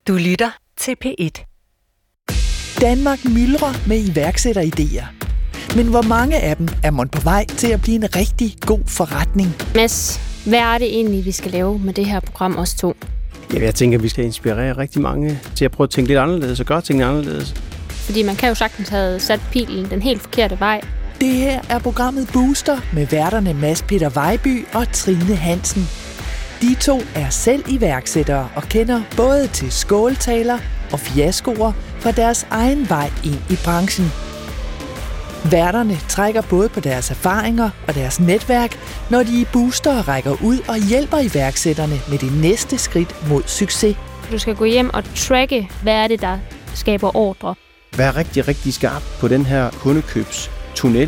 Du lytter til P1. Danmark myldrer med iværksætteridéer. Men hvor mange af dem er man på vej til at blive en rigtig god forretning? Mads, hvad er det egentlig, vi skal lave med det her program, os to? Ja, jeg tænker, at vi skal inspirere rigtig mange til at prøve at tænke lidt anderledes og gøre tingene anderledes. Fordi man kan jo sagtens have sat pilen den helt forkerte vej. Det her er programmet Booster med værterne Mads Peter Vejby og Trine Hansen. De to er selv iværksættere og kender både til skåltaler og fiaskoer fra deres egen vej ind i branchen. Værterne trækker både på deres erfaringer og deres netværk, når de i Booster rækker ud og hjælper iværksætterne med det næste skridt mod succes. Du skal gå hjem og tracke, hvad er det, der skaber ordre. Vær rigtig, rigtig skarp på den her kundekøbstunnel.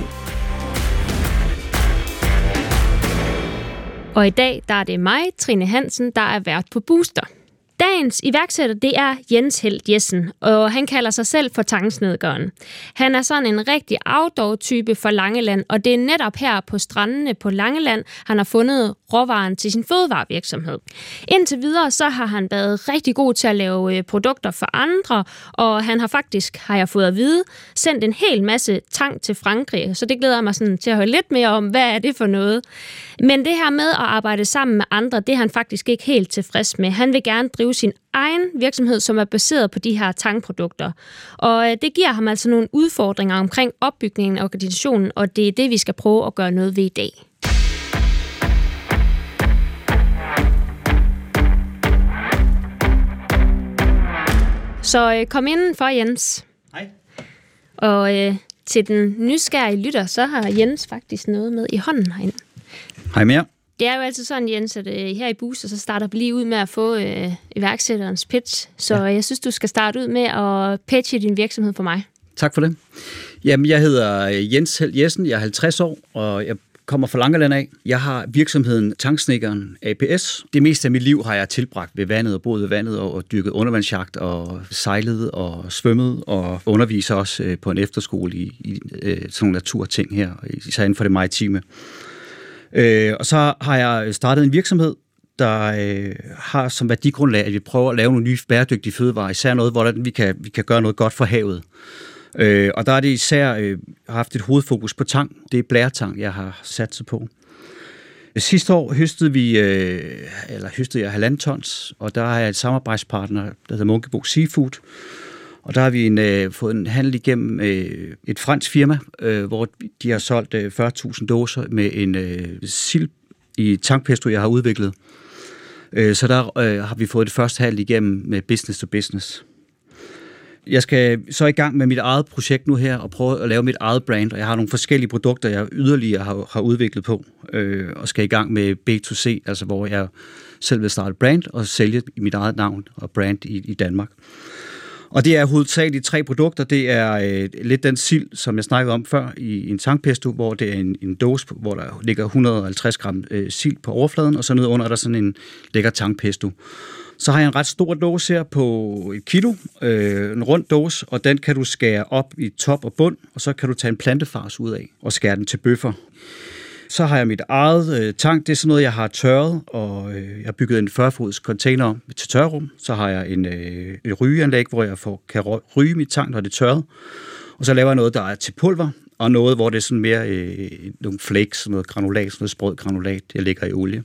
Og i dag, der er det mig, Trine Hansen, der er vært på Booster. Dagens iværksætter, det er Jens Helt Jessen, og han kalder sig selv for tangsnedgøren. Han er sådan en rigtig outdoor-type for Langeland, og det er netop her på strandene på Langeland, han har fundet råvaren til sin fødevarevirksomhed. Indtil videre, så har han været rigtig god til at lave produkter for andre, og han har faktisk, har jeg fået at vide, sendt en hel masse tang til Frankrig, så det glæder mig sådan til at høre lidt mere om, hvad er det for noget. Men det her med at arbejde sammen med andre, det er han faktisk ikke helt tilfreds med. Han vil gerne drive sin egen virksomhed, som er baseret på de her tangprodukter. Og det giver ham altså nogle udfordringer omkring opbygningen af organisationen, og det er det, vi skal prøve at gøre noget ved i dag. Så kom indenfor, Jens. Hej. Og til den nysgerrige lytter, så har Jens faktisk noget med i hånden herinde. Hej med jer. Det er jo altid sådan, Jens, at her i Booster, så starter vi lige ud med at få iværksætterens pitch. Så jeg synes, du skal starte ud med at pitche din virksomhed for mig. Tak for det. Jamen, jeg hedder Jens Helt Jessen, jeg er 50 år, og jeg kommer fra Langeland af. Jeg har virksomheden Tangsnedgøren ApS. Det meste af mit liv har jeg tilbragt ved vandet og boet ved vandet og dyrket undervandsjagt og sejlet og svømmet og underviser også på en efterskole i sådan nogle naturting her, især inden for det maritime. Og så har jeg startet en virksomhed, der har som værdigrundlag, at vi prøver at lave nogle nye bæredygtige fødevarer, især noget, hvor vi kan gøre noget godt for havet. Og der er det især haft et hovedfokus på tang. Det er blæretang, jeg har satset på. Sidste år høstede jeg 1,5 tons, og der har jeg et samarbejdspartner, der hedder Munkebo Seafood. Og der har vi fået en handel igennem et fransk firma, hvor de har solgt 40.000 dåser med en sild i tangpesto, jeg har udviklet. Så der har vi fået det første handel igennem med business to business. Jeg skal så i gang med mit eget projekt nu her og prøve at lave mit eget brand, og jeg har nogle forskellige produkter, jeg yderligere har udviklet på, og skal i gang med B2C, altså hvor jeg selv vil starte brand og sælge mit eget navn og brand i Danmark. Og det er hovedsageligt 3 produkter. Det er lidt den sild, som jeg snakkede om før i en tangpesto, hvor det er en dåse, hvor der ligger 150 gram sild på overfladen, og så nede under er der sådan en lækker tangpesto. Så har jeg en ret stor dåse her på 1 kilo, en rund dåse, og den kan du skære op i top og bund, og så kan du tage en plantefars ud af og skære den til bøffer. Så har jeg mit eget tang, det er sådan noget, jeg har tørret, og jeg har bygget en 40-fods container til tørrum. Så har jeg et rygeanlæg, hvor jeg kan ryge mit tang, når det er tørret. Og så laver jeg noget, der er til pulver, og noget, hvor det er sådan mere nogle flakes, noget granulat, sådan noget sprød granulat, jeg lægger i olie.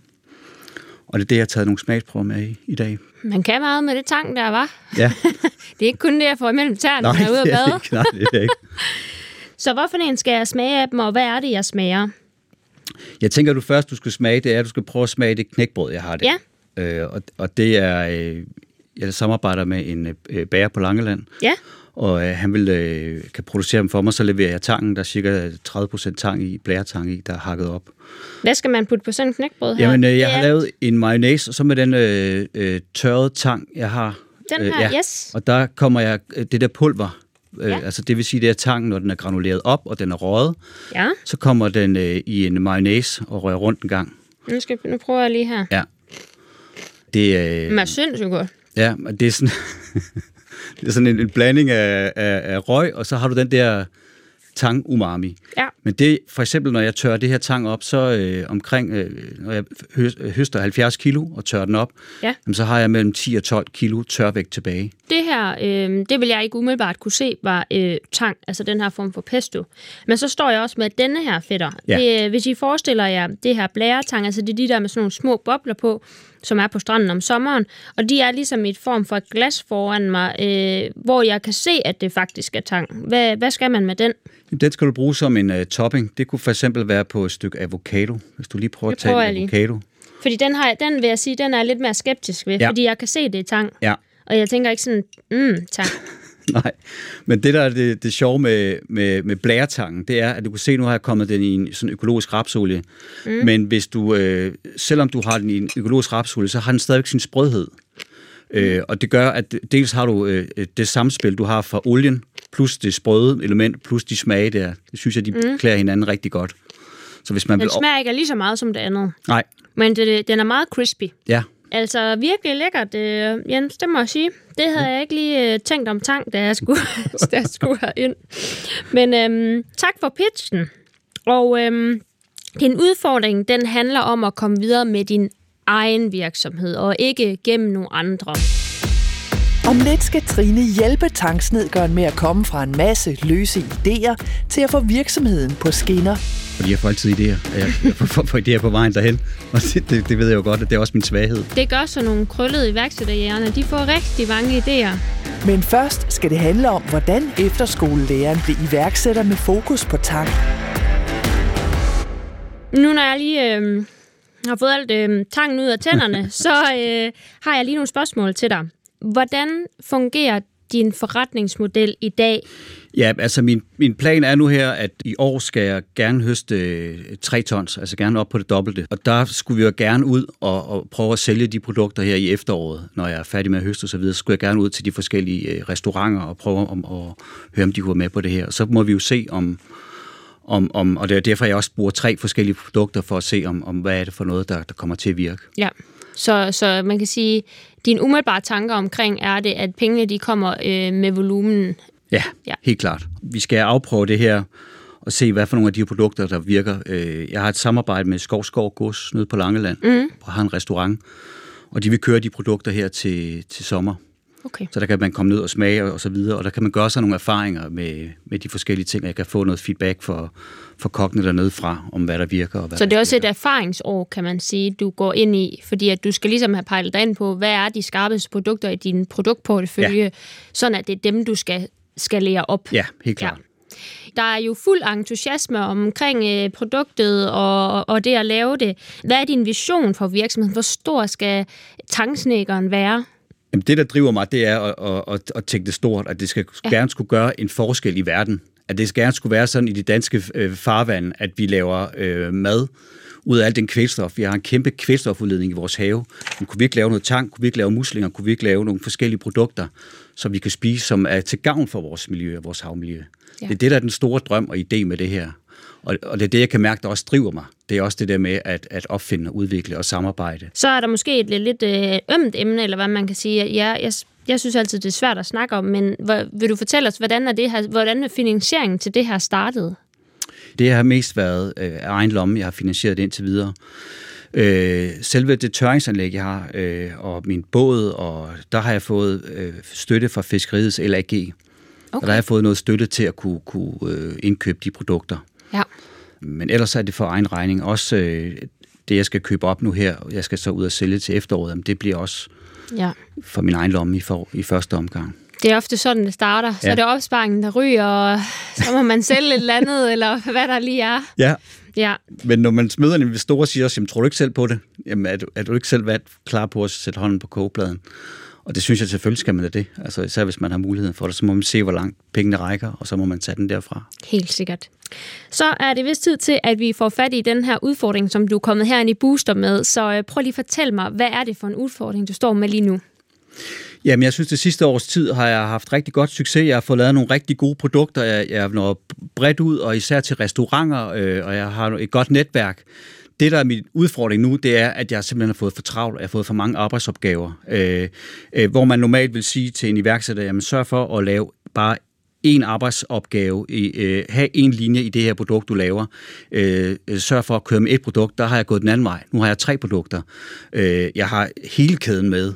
Og det er det, jeg har taget nogle smagsprøver med i dag. Man kan meget med det tang, der var. Ja. Det er ikke kun det, jeg får imellem tæerne, når jeg er ude at bade. Nej, det er ikke. Så hvorfor en skal jeg smage af dem, og hvad er det, jeg smager? Jeg tænker, at du skal smage, det er, at du skal prøve at smage det knækbrød, jeg har det. Ja. Og det er, jeg samarbejder med en bager på Langeland. Ja. Og han kan producere dem for mig, så leverer jeg tangen. Der er cirka 30% tang i, blæretang i, der er hakket op. Hvad skal man putte på sådan en knækbrød her? Jamen, jeg har lavet en mayonnaise, og så med den tørrede tang, jeg har. Den her, yes. Og der kommer det der pulver, altså det vil sige, det er tangen, når den er granuleret op, og den er røget. Ja. Så kommer den i en mayonnaise og rører rundt en gang. Nu prøver jeg lige her. Ja. Det er sindssygt godt. Ja, det er sådan... Det er sådan en blanding af røg, og så har du den der tang-umami. Ja. Men det, for eksempel, når jeg tørrer det her tang op, så når jeg høster 70 kilo og tørrer den op, så har jeg mellem 10 og 12 kilo tørvægt tilbage. Det her, det vil jeg ikke umiddelbart kunne se, var tang, altså den her form for pesto. Men så står jeg også med denne her fætter. Ja. Hvis I forestiller jer det her blæretang, altså det er de der med sådan nogle små bobler på, som er på stranden om sommeren, og de er ligesom i et form for et glas foran mig, hvor jeg kan se, at det faktisk er tang. Hvad skal man med den? Den skal du bruge som en topping. Det kunne for eksempel være på et stykke avocado, hvis du lige prøver at tage en avocado. Fordi den vil jeg sige, den er lidt mere skeptisk ved, fordi jeg kan se, det er tang. Ja. Og jeg tænker ikke sådan, tang. Nej, men det der er det sjove med blæretangen, det er, at du kan se, nu har jeg kommet den i en sådan økologisk rapsolie, men hvis du, selvom du har den i en økologisk rapsolie, så har den stadigvæk sin sprødhed. Og det gør, at dels har du det samspil, du har fra olien, plus det sprøde element, plus de smage der. Det synes jeg, de klæder hinanden rigtig godt. Så hvis man den smager ikke lige så meget som det andet. Nej. Men den er meget crispy. Ja. Altså virkelig lækkert, Jens, det må jeg sige. Det havde jeg ikke lige tænkt om tang, da jeg skulle herind. Men tak for pitchen. Og din udfordring, den handler om at komme videre med din egen virksomhed, og ikke gennem nogle andre. Om lidt skal Trine hjælpe tangsnedgøren med at komme fra en masse løse idéer til at få virksomheden på skinner. Fordi jeg får altid idéer. Jeg får idéer på vejen derhen. Og det ved jeg jo godt, at det er også min svaghed. Det gør så nogle krøllede iværksætterhjerner. De får rigtig mange idéer. Men først skal det handle om, hvordan efterskolelæreren blev iværksætter med fokus på tang. Nu når jeg lige har fået alt tangen ud af tænderne, så har jeg lige nogle spørgsmål til dig. Hvordan fungerer din forretningsmodel i dag? Ja, altså min plan er nu her, at i år skal jeg gerne høste 3 tons, altså gerne op på det dobbelte. Og der skulle vi jo gerne ud og prøve at sælge de produkter her i efteråret, når jeg er færdig med at høste osv. Så skulle jeg gerne ud til de forskellige restauranter og prøve at høre, om de kunne være med på det her. Så må vi jo se om og det er derfor, jeg også bruger 3 forskellige produkter for at se, om hvad er det for noget, der kommer til at virke. Ja, så man kan sige, dine umiddelbare tanker omkring er det, at pengene de kommer med volumen. Ja, helt klart. Vi skal afprøve det her og se, hvad for nogle af de produkter, der virker. Jeg har et samarbejde med Skov Gods nede på Langeland, og har en restaurant, og de vil køre de produkter her til sommer. Okay. Så der kan man komme ned og smage og så videre, og der kan man gøre sig nogle erfaringer med de forskellige ting, og jeg kan få noget feedback for kokkene dernede fra, om hvad der virker. Og hvad så det er også et erfaringsår, kan man sige, du går ind i, fordi at du skal ligesom have pejlet dig ind på, hvad er de skarpeste produkter i din produktportefølje, sådan at det er dem, du skal lære op. Ja, helt klart. Ja. Der er jo fuld entusiasme omkring produktet og det at lave det. Hvad er din vision for virksomheden? Hvor stor skal tangsnedgøren være? Jamen, det, der driver mig, det er at tænke det stort, at det skal gerne skulle gøre en forskel i verden. At det gerne skulle være sådan i de danske farvande, at vi laver mad ud af al den kvælstof. Vi har en kæmpe kvælstofudledning i vores have. Men kunne vi ikke lave noget tang? Kunne vi ikke lave muslinger? Kunne vi ikke lave nogle forskellige produkter, som vi kan spise, som er til gavn for vores miljø og vores havmiljø? Ja. Det er det, der er den store drøm og idé med det her. Og det er det, jeg kan mærke, der også driver mig. Det er også det der med at opfinde, udvikle og samarbejde. Så er der måske et lidt ømt emne, eller hvad man kan sige. Jeg synes altid, det er svært at snakke om, men vil du fortælle os, hvordan er finansieringen til det her startet? Det har mest været af egen lomme, jeg har finansieret det indtil videre. Selve det tørringsanlæg, jeg har, og min båd, og der har jeg fået støtte fra Fiskeriets LAG. Okay. Og der har jeg fået noget støtte til at kunne indkøbe de produkter. Ja. Men ellers er det for egen regning. Også det, jeg skal købe op nu her, jeg skal så ud og sælge til efteråret, det bliver også for min egen lomme i første omgang. Det er ofte sådan, det starter. Så er det opsparingen, der ryger, og så må man sælge et eller andet, eller hvad der lige er. Ja. Men når man møder en investor og siger også, tror du ikke selv på det? Jamen, er du ikke selv klar på at sætte hånden på kogepladen? Og det synes jeg selvfølgelig skal man da det. Altså især hvis man har muligheden for det, så må man se, hvor langt pengene rækker, og så må man tage den derfra. Helt sikkert. Så er det vist tid til, at vi får fat i den her udfordring, som du er kommet herind i Booster med. Så prøv lige at fortælle mig, hvad er det for en udfordring, du står med lige nu? Jamen, jeg synes, det sidste års tid har jeg haft rigtig godt succes. Jeg har fået lavet nogle rigtig gode produkter. Jeg når bredt ud, og især til restauranter, og jeg har et godt netværk. Det, der er min udfordring nu, det er, at jeg simpelthen har fået for travlt, jeg har fået for mange arbejdsopgaver, hvor man normalt vil sige til en iværksætter, jamen sørg for at lave bare en arbejdsopgave, have en linje i det her produkt, du laver. Sørg for at køre med et produkt, der har jeg gået den anden vej. Nu har jeg 3 produkter. Jeg har hele kæden med.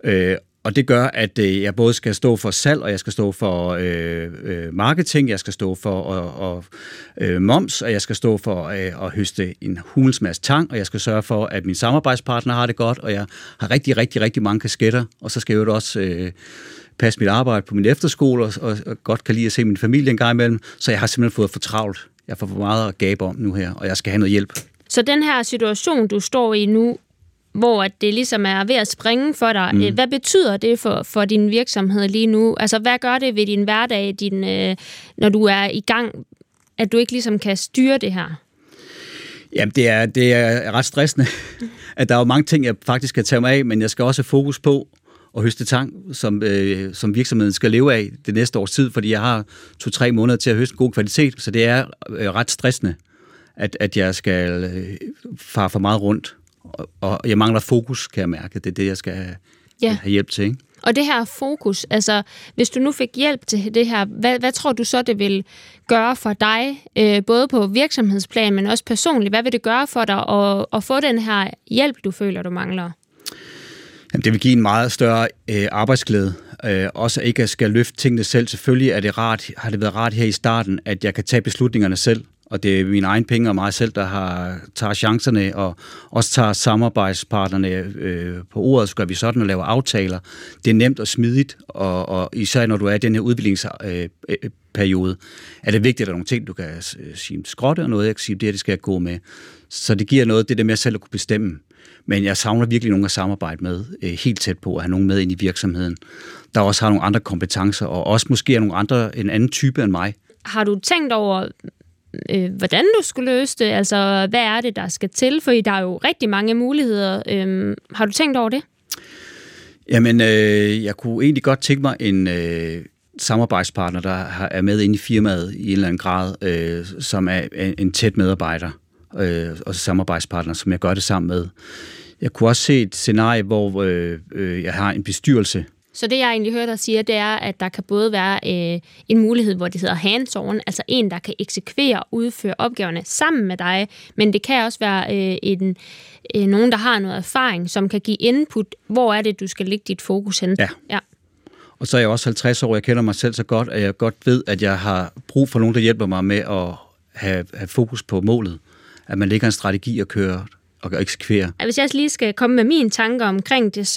Og det gør, at jeg både skal stå for salg, og jeg skal stå for marketing, jeg skal stå for moms, og jeg skal stå for at høste en hulens masse tang, og jeg skal sørge for, at min samarbejdspartner har det godt, og jeg har rigtig, rigtig, rigtig mange kasketter, og så skal jeg jo også passe mit arbejde på min efterskole, og godt kan lide at se min familie en gang imellem, så jeg har simpelthen fået for travlt. Jeg får for meget at gabe om nu her, og jeg skal have noget hjælp. Så den her situation, du står i nu, hvor det ligesom er ved at springe for dig. Hvad betyder det for din virksomhed lige nu? Altså, hvad gør det ved din hverdag, når du er i gang, at du ikke ligesom kan styre det her? Jamen, det er ret stressende, at der er jo mange ting, jeg faktisk skal tage mig af, men jeg skal også have fokus på at høste tang, som virksomheden skal leve af det næste års tid, fordi jeg har 2-3 måneder til at høste god kvalitet, så det er ret stressende, at jeg skal fare for meget rundt. Og jeg mangler fokus, kan jeg mærke. Det er det, jeg skal have hjælp til, ikke? Og det her fokus, altså hvis du nu fik hjælp til det her, hvad tror du så, det vil gøre for dig, både på virksomhedsplan, men også personligt? Hvad vil det gøre for dig at få den her hjælp, du føler, du mangler? Jamen, det vil give en meget større arbejdsglæde. Også ikke at skal løfte tingene selv. Selvfølgelig har det været rart her i starten, at jeg kan tage beslutningerne selv. Og det er mine egne penge og mig selv, der tager chancerne og også tager samarbejdspartnerne på ordet, så gør vi sådan og laver aftaler. Det er nemt og smidigt, og især når du er i den her udviklingsperiode, er det vigtigt, at der er nogle ting, du kan sige skrotte og noget, jeg kan sige, det skal jeg gå med. Så det giver noget, det der med selv at kunne bestemme. Men jeg savner virkelig nogen at samarbejde med, helt tæt på, at have nogen med ind i virksomheden, der også har nogle andre kompetencer, og også måske er en anden type end mig. Har du tænkt over, hvordan du skulle løse det? Altså, hvad er det, der skal til? For der er jo rigtig mange muligheder. Har du tænkt over det? Jamen, jeg kunne egentlig godt tænke mig en samarbejdspartner, der er med inde i firmaet i en eller anden grad, som er en tæt medarbejder, og samarbejdspartner, som jeg gør det sammen med. Jeg kunne også se et scenarie, hvor jeg har en bestyrelse. Så det, jeg egentlig hører dig sige, det er, at der kan både være en mulighed, hvor det hedder hands-on, altså en, der kan eksekvere og udføre opgaverne sammen med dig, men det kan også være nogen, der har noget erfaring, som kan give input. Hvor er det, du skal lægge dit fokus hen? Ja. Og så er jeg også 50 år, jeg kender mig selv så godt, at jeg godt ved, at jeg har brug for nogen, der hjælper mig med at have fokus på målet. At man lægger en strategi og kører og eksekverer. Hvis jeg lige skal komme med mine tanker omkring det,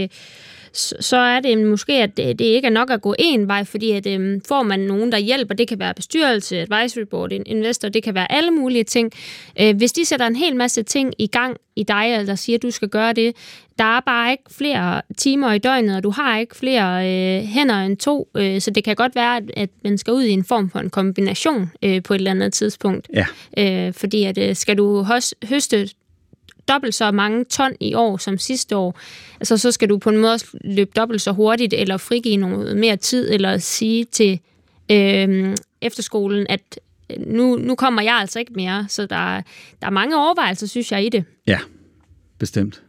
så er det måske, at det ikke er nok at gå en vej, fordi at får man nogen, der hjælper, det kan være bestyrelse, advisory board, investor, det kan være alle mulige ting. Hvis de sætter en hel masse ting i gang i dig, eller siger, at du skal gøre det, der er bare ikke flere timer i døgnet, og du har ikke flere hænder end 2, så det kan godt være, at man skal ud i en form for en kombination på et eller andet tidspunkt. Ja. Fordi at skal du høste dobbelt så mange ton i år som sidste år, altså så skal du på en måde løbe dobbelt så hurtigt, eller frigive noget mere tid, eller sige til efterskolen, at nu kommer jeg altså ikke mere. Så der er mange overvejelser, synes jeg, i det. Ja, bestemt.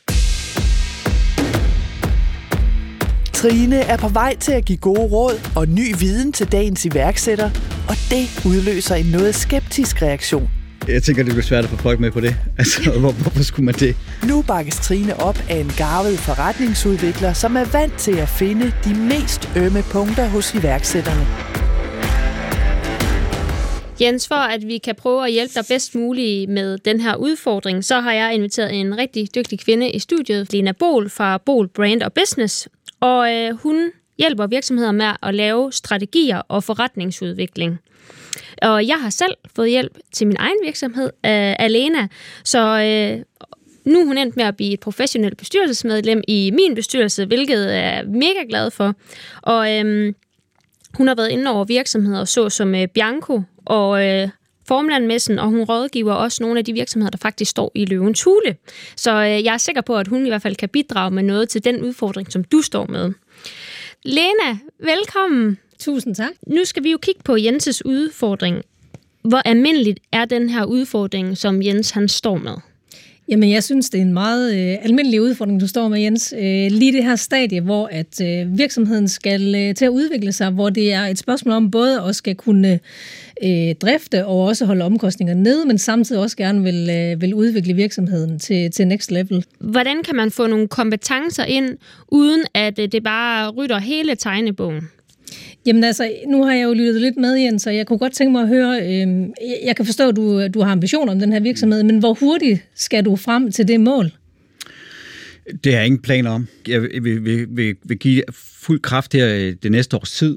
Trine er på vej til at give gode råd og ny viden til dagens iværksætter, og det udløser en noget skeptisk reaktion. Jeg tænker, det bliver svært at få folk med på det. Altså, hvorfor skulle man det? Nu bakkes Trine op af en garvet forretningsudvikler, som er vant til at finde de mest ømme punkter hos iværksætterne. Jens, for at vi kan prøve at hjælpe dig bedst muligt med den her udfordring, så har jeg inviteret en rigtig dygtig kvinde i studiet, Lena Bohl fra Bohl Brand og Business. Og hun hjælper virksomheder med at lave strategier og forretningsudvikling. Og jeg har selv fået hjælp til min egen virksomhed af Lena, så nu er hun endt med at blive et professionelt bestyrelsesmedlem i min bestyrelse, hvilket jeg er mega glad for. Og hun har været inde over virksomheder såsom Bianco og Formlandmessen, og hun rådgiver også nogle af de virksomheder, der faktisk står i Løvens Hule. Så jeg er sikker på, at hun i hvert fald kan bidrage med noget til den udfordring, som du står med. Lena, velkommen. Tusind tak. Nu skal vi jo kigge på Jenses udfordring. Hvor almindeligt er den her udfordring, som Jens han står med? Jamen, jeg synes, det er en meget almindelig udfordring, du står med, Jens. Lige det her stadie, hvor at virksomheden skal til at udvikle sig, hvor det er et spørgsmål om både at skal kunne drifte og også holde omkostninger nede, men samtidig også gerne vil udvikle virksomheden til next level. Hvordan kan man få nogle kompetencer ind, uden at det bare rytter hele tegnebogen? Jamen altså, nu har jeg jo lyttet lidt med, Jens, så jeg kunne godt tænke mig at høre, jeg kan forstå, at du har ambitioner om den her virksomhed, men hvor hurtigt skal du frem til det mål? Det har jeg ingen planer om. Jeg vil give fuld kraft her det næste års tid.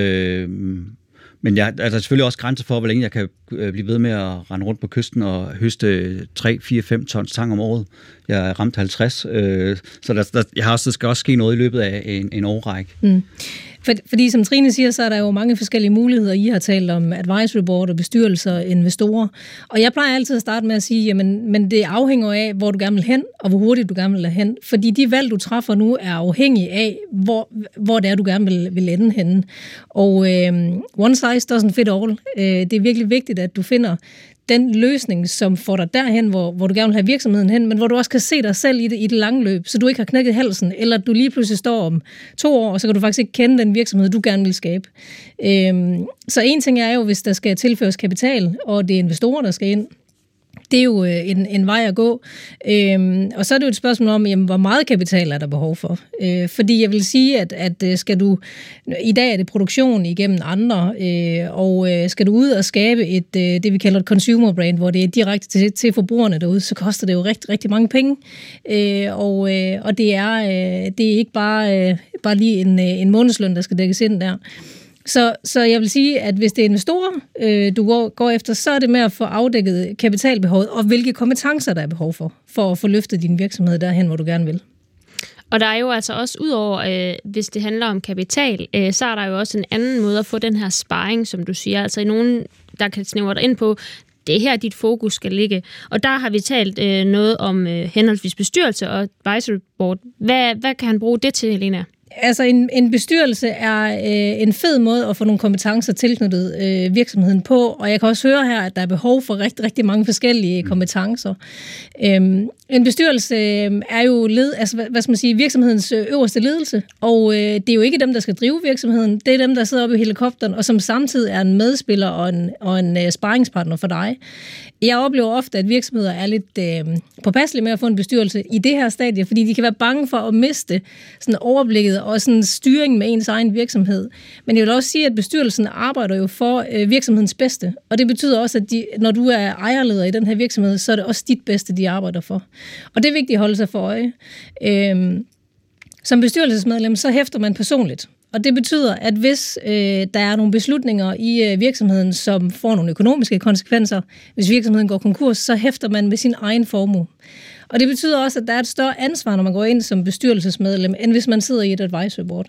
Men der er selvfølgelig også grænser for, hvor længe jeg kan blive ved med at rende rundt på kysten og høste 3, 4, 5 tons tang om året. Jeg er ramt 50, så der skal også ske noget i løbet af en årrække. Fordi som Trine siger, så er der jo mange forskellige muligheder. I har talt om advisory board og bestyrelser og investorer. Og jeg plejer altid at starte med at sige, jamen, men det afhænger af, hvor du gerne vil hen, og hvor hurtigt du gerne vil hen. Fordi de valg, du træffer nu, er afhængige af, hvor det er, du gerne vil ende henne. Og one size doesn't fit all. Det er virkelig vigtigt, at du finder den løsning, som får dig derhen, hvor du gerne vil have virksomheden hen, men hvor du også kan se dig selv i det lange løb, så du ikke har knækket halsen, eller du lige pludselig står om 2 år, og så kan du faktisk ikke kende den virksomhed, du gerne vil skabe. Så en ting er jo, hvis der skal tilføres kapital, og det er investorer, der skal ind. Det er jo en vej at gå. Og så er det jo et spørgsmål om, jamen, hvor meget kapital er der behov for? Fordi jeg vil sige, at skal du... I dag er det produktion igennem andre, og skal du ud og skabe det, vi kalder et consumer brand, hvor det er direkte til forbrugerne derude, så koster det jo rigtig, rigtig mange penge. Og det er ikke bare lige en månedsløn, der skal dækkes ind der. Så jeg vil sige, at hvis det er investorer, du går efter, så er det med at få afdækket kapitalbehovet, og hvilke kompetencer der er behov for at få løftet din virksomhed derhen, hvor du gerne vil. Og der er jo altså også, udover hvis det handler om kapital, så er der jo også en anden måde at få den her sparring, som du siger. Altså nogen, der kan snævre dig ind på, det er her, dit fokus skal ligge. Og der har vi talt noget om henholdsvis bestyrelse og advisory board. Hvad kan han bruge det til, Helena? Altså en bestyrelse er en fed måde at få nogle kompetencer tilknyttet virksomheden på, og jeg kan også høre her, at der er behov for rigtig, rigtig mange forskellige kompetencer. En bestyrelse er jo virksomhedens øverste ledelse, og det er jo ikke dem, der skal drive virksomheden, det er dem, der sidder oppe i helikopteren, og som samtidig er en medspiller og en sparringspartner for dig. Jeg oplever ofte, at virksomheder er lidt påpasselige med at få en bestyrelse i det her stadie, fordi de kan være bange for at miste sådan overblikket og sådan styringen med ens egen virksomhed. Men jeg vil også sige, at bestyrelsen arbejder jo for virksomhedens bedste, og det betyder også, at når du er ejerleder i den her virksomhed, så er det også dit bedste, de arbejder for. Og det er vigtigt at holde sig for øje. Som bestyrelsesmedlem, så hæfter man personligt. Og det betyder, at hvis der er nogle beslutninger i virksomheden, som får nogle økonomiske konsekvenser, hvis virksomheden går konkurs, så hæfter man med sin egen formue. Og det betyder også, at der er et større ansvar, når man går ind som bestyrelsesmedlem, end hvis man sidder i et advisory board.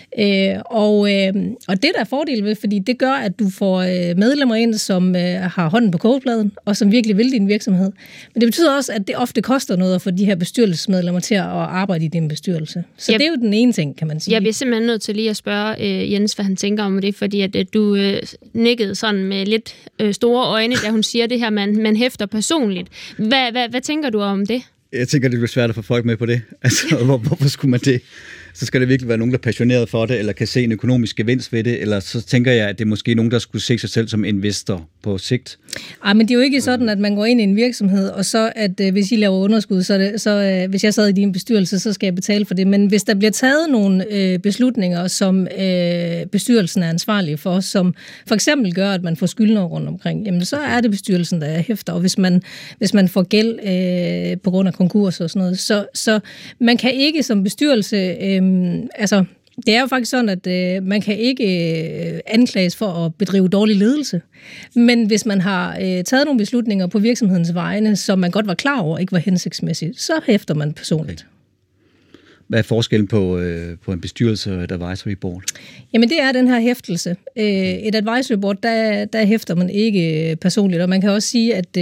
Og det der er fordel ved, fordi det gør, at du får medlemmer ind, som har hånden på kogepladen, og som virkelig vil din virksomhed. Men det betyder også, at det ofte koster noget at få de her bestyrelsesmedlemmer til at arbejde i din bestyrelse. Så det er jo den ene ting, kan man sige. Jeg bliver simpelthen nødt til lige at spørge Jens, hvad han tænker om det, fordi at du nikkede sådan med lidt store øjne, da hun siger det her, man hæfter personligt. Hvad tænker du om det? Jeg tænker, det bliver svært at få folk med på det. Altså, hvorfor skulle man det? Så skal det virkelig være nogen, der er passioneret for det, eller kan se en økonomisk gevinst ved det, eller så tænker jeg, at det er måske nogen, der skulle se sig selv som investor på sigt. Ej, men det er jo ikke sådan, at man går ind i en virksomhed, og så, at hvis I laver underskud, så hvis jeg sad i din bestyrelse, så skal jeg betale for det. Men hvis der bliver taget nogle beslutninger, som bestyrelsen er ansvarlig for, som for eksempel gør, at man får skyldner rundt omkring, jamen så er det bestyrelsen, der hæfter. Og hvis man får gæld på grund af konkurs og sådan noget, så man kan ikke som bestyrelse... det er jo faktisk sådan, at man kan ikke anklages for at bedrive dårlig ledelse. Men hvis man har taget nogle beslutninger på virksomhedens vegne, som man godt var klar over ikke var hensigtsmæssigt, så hæfter man personligt. Hvad er forskellen på en bestyrelse og et advisory board? Jamen det er den her hæftelse. Et advisory board, der hæfter man ikke personligt, og man kan også sige, at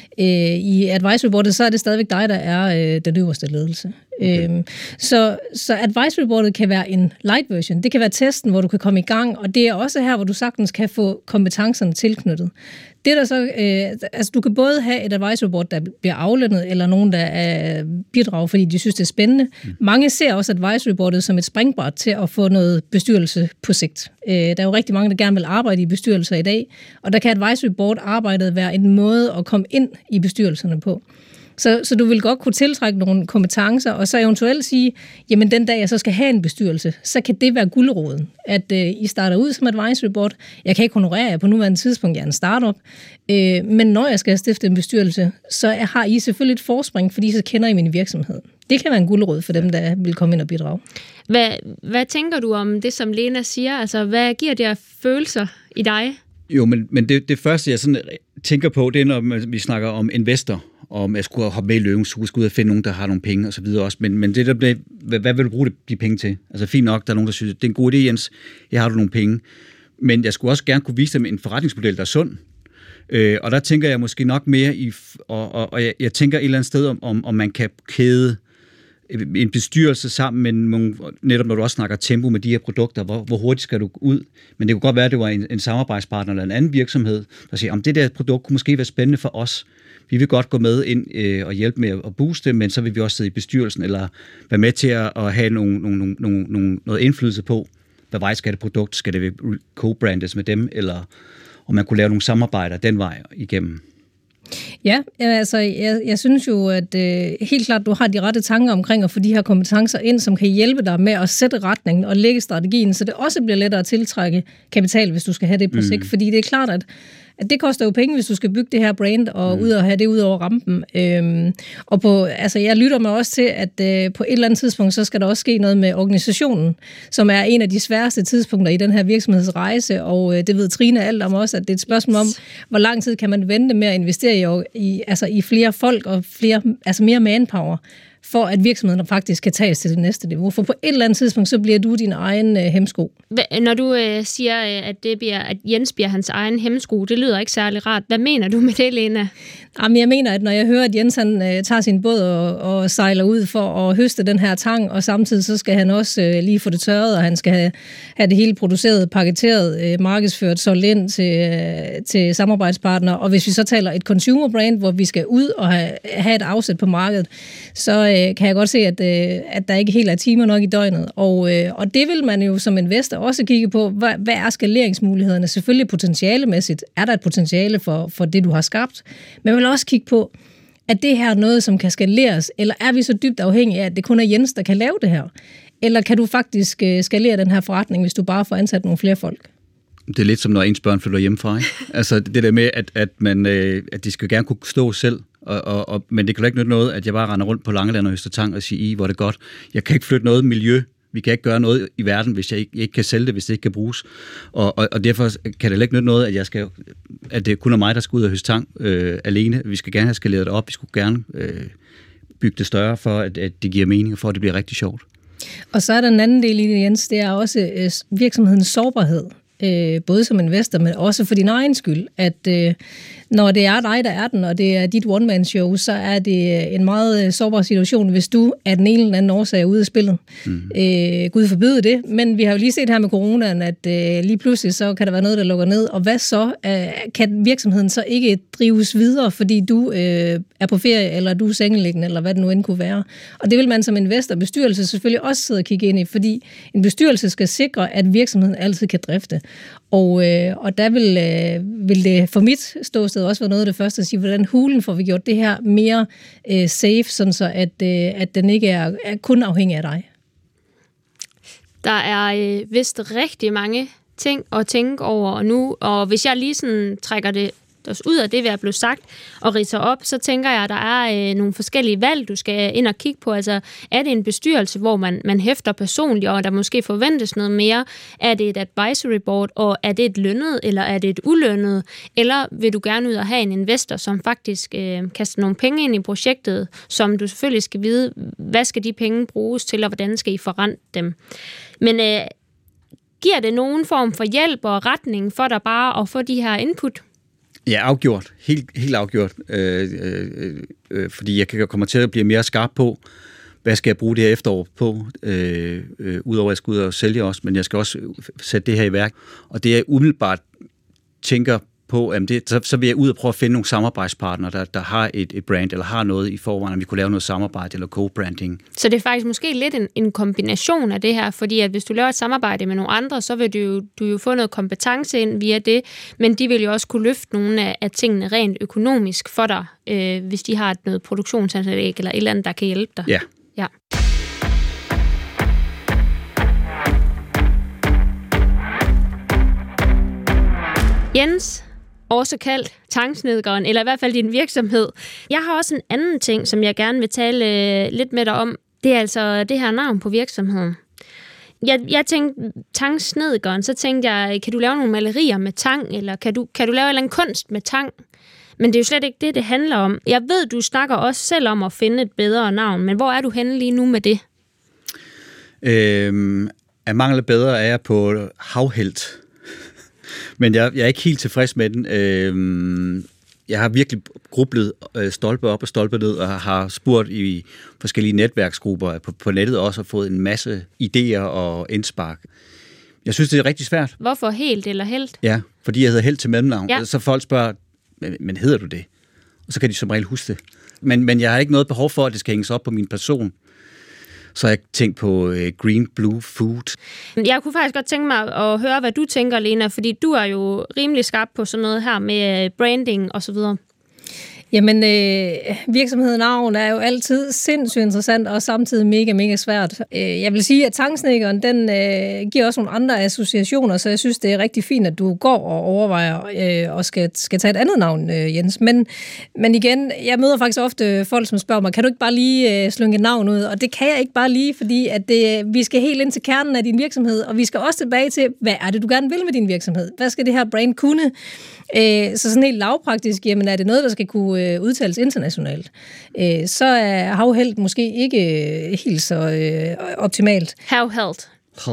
i advisory boardet, så er det stadigvæk dig, der er den øverste ledelse. Okay. Så advisory boardet kan være en light version. Det kan være testen, hvor du kan komme i gang, og det er også her, hvor du sagtens kan få kompetencerne tilknyttet. Det der så, altså du kan både have et advisory board, der bliver aflønnet, eller nogen, der bidrager, fordi de synes, det er spændende. Mange ser også advisory boardet som et springbræt til at få noget bestyrelse på sigt. Der er jo rigtig mange, der gerne vil arbejde i bestyrelser i dag, og der kan advisory board arbejdet være en måde at komme ind i bestyrelserne på. Så du vil godt kunne tiltrække nogle kompetencer, og så eventuelt sige, jamen den dag jeg så skal have en bestyrelse, så kan det være guldroden, at I starter ud som advisory board. Jeg kan ikke honorere jer på nuværende tidspunkt, jeg er en startup, men når jeg skal stifte en bestyrelse, så har I selvfølgelig et forspring, fordi så kender I min virksomhed. Det kan være en guldråd for dem, der vil komme ind og bidrage. Hvad tænker du om det, som Lena siger? Altså, hvad giver det af følelser i dig? Jo, men det første, jeg sådan tænker på, det er, når vi snakker om investor, om jeg skulle hoppe med i løvens, skulle ud og finde nogen, der har nogle penge og så videre også. Men det der blev, hvad vil du bruge de penge til? Altså fint nok, der er nogen, der synes, det er en god idé, Jens, her har du nogle penge. Men jeg skulle også gerne kunne vise dem en forretningsmodel, der er sund. Og der tænker jeg måske nok mere og jeg tænker et eller andet sted, om man kan kæde en bestyrelse sammen med nogle, netop når du også snakker tempo med de her produkter, hvor hurtigt skal du ud? Men det kunne godt være, at det var en samarbejdspartner eller en anden virksomhed, der siger, om det der produkt kunne måske være spændende for os. Vi vil godt gå med ind og hjælpe med at booste, men så vil vi også sidde i bestyrelsen eller være med til at have noget indflydelse på, hvad vej skal det produkt, skal det co-brandes med dem, eller om man kunne lave nogle samarbejder den vej igennem. Ja, altså jeg synes jo, at helt klart, du har de rette tanker omkring at få de her kompetencer ind, som kan hjælpe dig med at sætte retningen og lægge strategien, så det også bliver lettere at tiltrække kapital, hvis du skal have det på sigt. Fordi det er klart, at det koster jo penge, hvis du skal bygge det her brand og ud og have det ud over rampen. Jeg lytter mig også til, at på et eller andet tidspunkt, så skal der også ske noget med organisationen, som er en af de sværeste tidspunkter i den her virksomhedsrejse, og det ved Trine alt om også, at det er et spørgsmål om, hvor lang tid kan man vente med at investere i flere folk og mere manpower, for at virksomheden faktisk kan tages til det næste niveau. For på et eller andet tidspunkt, så bliver du din egen hemsko. Når du siger, at Jens bliver hans egen hemsko, det lyder ikke særlig rart. Hvad mener du med det, Lena? Jamen, jeg mener, at når jeg hører, at Jens han tager sin båd og sejler ud for at høste den her tang, og samtidig så skal han også lige få det tørret, og han skal have det hele produceret, paketeret, markedsført, solgt ind til samarbejdspartnere. Og hvis vi så taler et consumer brand, hvor vi skal ud og have et afsæt på markedet, så kan jeg godt se, at der ikke helt er timer nok i døgnet. Og det vil man jo som investor også kigge på, hvad er skaleringsmulighederne? Selvfølgelig potentialemæssigt. Er der et potentiale for det, du har skabt? Men man vil også kigge på, at det her er noget, som kan skaleres, eller er vi så dybt afhængige af, at det kun er Jens, der kan lave det her? Eller kan du faktisk skalere den her forretning, hvis du bare får ansat nogle flere folk? Det er lidt som, når ens børn flytter hjemmefra, ikke? Altså det der med, at de skal gerne kunne stå selv, men det kan jo ikke nytte noget, at jeg bare render rundt på Langeland og Østertang og siger, hvor det er godt. Jeg kan ikke flytte noget miljø. Vi kan ikke gøre noget i verden, hvis jeg ikke kan sælge det, hvis det ikke kan bruges. Og derfor kan det ikke nytte noget, at det kun er mig, der skal ud og høste tang alene. Vi skal gerne have skaleret det op. Vi skulle gerne bygge det større, for at det giver mening, og for at det bliver rigtig sjovt. Og så er der en anden del i det, Jens. Det er også virksomhedens sårbarhed. Både som investor, men også for din egen skyld, at når det er dig, der er den, og det er dit one-man-show, så er det en meget sårbar situation, hvis du af den ene eller anden årsag er ude af spillet. Gud forbyde det, men vi har jo lige set her med coronaen, at lige pludselig så kan der være noget, der lukker ned, og hvad så? Kan virksomheden så ikke drives videre, fordi du er på ferie, eller du er sengeliggende, eller hvad det nu end kunne være? Og det vil man som investor og bestyrelse selvfølgelig også sidde og kigge ind i, fordi en bestyrelse skal sikre, at virksomheden altid kan drifte. Og der vil det for mit ståsted også være noget af det første at sige, hvordan hulen får vi gjort det her mere safe, sådan så at den ikke er kun afhængig af dig. Der er vist rigtig mange ting at tænke over nu, og hvis jeg lige sådan trækker det os ud af det, vi er blevet sagt, og ridser op, så tænker jeg, at der er nogle forskellige valg, du skal ind og kigge på. Altså, er det en bestyrelse, hvor man hæfter personligt, og der måske forventes noget mere? Er det et advisory board, og er det et lønnet, eller er det et ulønnet? Eller vil du gerne ud og have en investor, som faktisk kaster nogle penge ind i projektet, som du selvfølgelig skal vide, hvad skal de penge bruges til, og hvordan skal I forrente dem? Men giver det nogen form for hjælp og retning for dig bare at få de her input? Ja, afgjort. Helt afgjort. Fordi jeg kan komme til at blive mere skarp på, hvad skal jeg bruge det her efterår på, udover at jeg skal ud og sælge også, men jeg skal også sætte det her i værk. Og det jeg umiddelbart tænker på, så vil jeg ud og prøve at finde nogle samarbejdspartnere, der har et brand, eller har noget i forvejen, om vi kunne lave noget samarbejde eller co-branding. Så det er faktisk måske lidt en kombination af det her, fordi at hvis du laver et samarbejde med nogle andre, så vil du jo få noget kompetence ind via det, men de vil jo også kunne løfte nogle af tingene rent økonomisk for dig, hvis de har noget produktionsanlæg eller et eller andet, der kan hjælpe dig. Ja. Jens, også kaldt Tangsnedgeren, eller i hvert fald din virksomhed. Jeg har også en anden ting, som jeg gerne vil tale lidt med dig om. Det er altså det her navn på virksomheden. Jeg tænkte, Tangsnedgeren, så tænkte jeg, kan du lave nogle malerier med tang, eller kan du lave en eller anden kunst med tang? Men det er jo slet ikke det handler om. Jeg ved, du snakker også selv om at finde et bedre navn, men hvor er du henne lige nu med det? At mangle bedre er jeg på havhelt. Men jeg er ikke helt tilfreds med den. Jeg har virkelig grublet stolpe op og stolpe ned, og har spurgt i forskellige netværksgrupper på nettet også, og fået en masse idéer og indspark. Jeg synes, det er rigtig svært. Hvorfor helt eller helt? Ja, fordi jeg hedder Helt til mellemnavn. Ja. Så folk spørger, men hedder du det? Og så kan de som regel huske det. Men jeg har ikke noget behov for, at det skal hænges op på min person. Så har jeg tænkt på Green Blue Food. Jeg kunne faktisk godt tænke mig at høre, hvad du tænker, Lena, fordi du er jo rimelig skarp på sådan noget her med branding og så videre. Jamen, virksomheden navn er jo altid sindssygt interessant og samtidig mega, mega svært. Jeg vil sige, at Tangsnedgeren, den giver også nogle andre associationer, så jeg synes, det er rigtig fint, at du går og overvejer og skal tage et andet navn, Jens. Men igen, jeg møder faktisk ofte folk, som spørger mig, kan du ikke bare lige slynge et navn ud? Og det kan jeg ikke bare lige, fordi at vi skal helt ind til kernen af din virksomhed, og vi skal også tilbage til, hvad er det, du gerne vil med din virksomhed? Hvad skal det her brand kunne? Så sådan helt lavpraktisk, jamen er det noget, der skal kunne udtales internationalt, så er havhelt måske ikke helt så optimalt. Havhelt.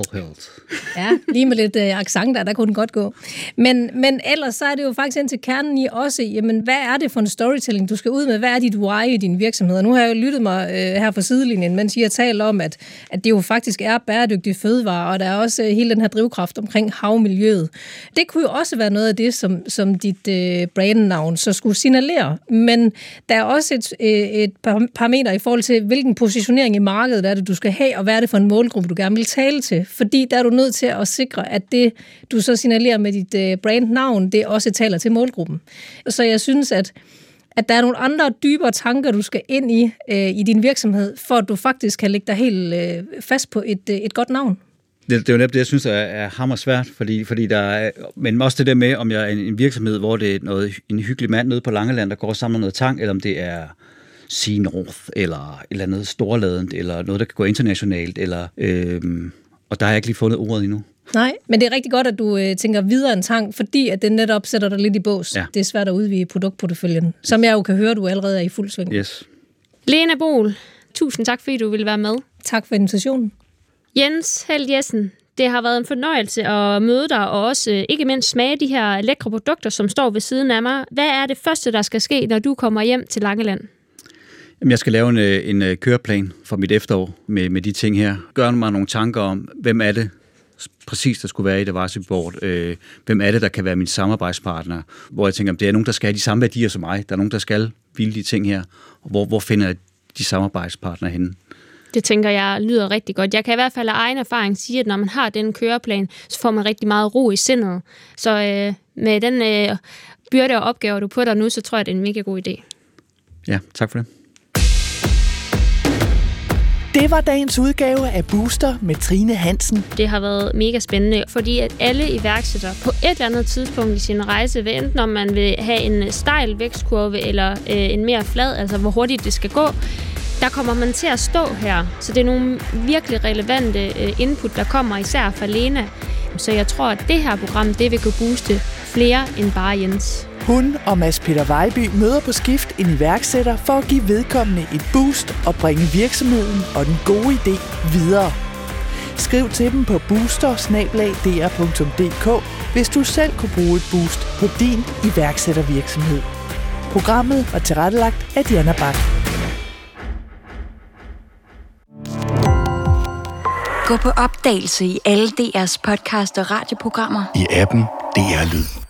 Ja, lige med lidt accent der kunne den godt gå. Men ellers så er det jo faktisk ind til kernen i også, jamen hvad er det for en storytelling, du skal ud med? Hvad er dit why i din virksomhed? Og nu har jeg jo lyttet mig her fra sidelinjen, mens I har talt om, at det jo faktisk er bæredygtige fødevarer, og der er også hele den her drivkraft omkring havmiljøet. Det kunne jo også være noget af det, som dit brandnavn så skulle signalere. Men der er også et parameter i forhold til, hvilken positionering i markedet er det, du skal have, og hvad er det for en målgruppe, du gerne vil tale til. Fordi der er du nødt til at sikre, at det, du så signalerer med dit brandnavn, det også taler til målgruppen. Så jeg synes, at der er nogle andre dybere tanker, du skal ind i din virksomhed, for at du faktisk kan lægge dig helt fast på et godt navn. Det er jo netop det, jeg synes er hammersvært, fordi der er, men også det der med, om jeg er en virksomhed, hvor det er en hyggelig mand nede på Langeland, der går sammen med noget tang, eller om det er Sea North, eller et eller andet storladent, eller noget, der kan gå internationalt, eller og der har jeg ikke lige fundet ordet endnu. Nej, men det er rigtig godt, at du tænker videre end tang, fordi at det netop sætter dig lidt i bås. Ja. Det er svært at udvide produktporteføljen, som jeg jo kan høre, du allerede er i fuld sving. Yes. Lena Boel, tusind tak, fordi du ville være med. Tak for invitationen. Jens Helt Jessen, det har været en fornøjelse at møde dig, og også ikke mindst smage de her lækre produkter, som står ved siden af mig. Hvad er det første, der skal ske, når du kommer hjem til Langeland? Jamen, jeg skal lave en køreplan for mit efterår med de ting her. Gør mig nogle tanker om, hvem er det præcis, der skulle være i det advisory board. Hvem er det, der kan være min samarbejdspartner? Hvor jeg tænker, det er nogen, der skal have de samme værdier som mig. Der er nogen, der skal ville de ting her. Og hvor finder jeg de samarbejdspartnere henne? Det tænker jeg lyder rigtig godt. Jeg kan i hvert fald af egen erfaring sige, at når man har den køreplan, så får man rigtig meget ro i sindet. Så med den byrde og opgaver, du putter nu, så tror jeg, det er en mega god idé. Ja, tak for det. Det var dagens udgave af Booster med Trine Hansen. Det har været mega spændende, fordi at alle iværksættere på et eller andet tidspunkt i sin rejse, ved enten om man vil have en stejl vækstkurve eller en mere flad, altså hvor hurtigt det skal gå, der kommer man til at stå her. Så det er nogle virkelig relevante input, der kommer især fra Lena. Så jeg tror, at det her program, det vil kunne booste flere end bare Jens. Hun og Mads Peter Vejby møder på skift en iværksætter for at give vedkommende et boost og bringe virksomheden og den gode idé videre. Skriv til dem på booster@dr.dk, hvis du selv kunne bruge et boost på din iværksættervirksomhed. Programmet var tilrettelagt af Diana Bach. Gå på opdagelse i alle DR's podcast og radioprogrammer. I appen DR Lyd.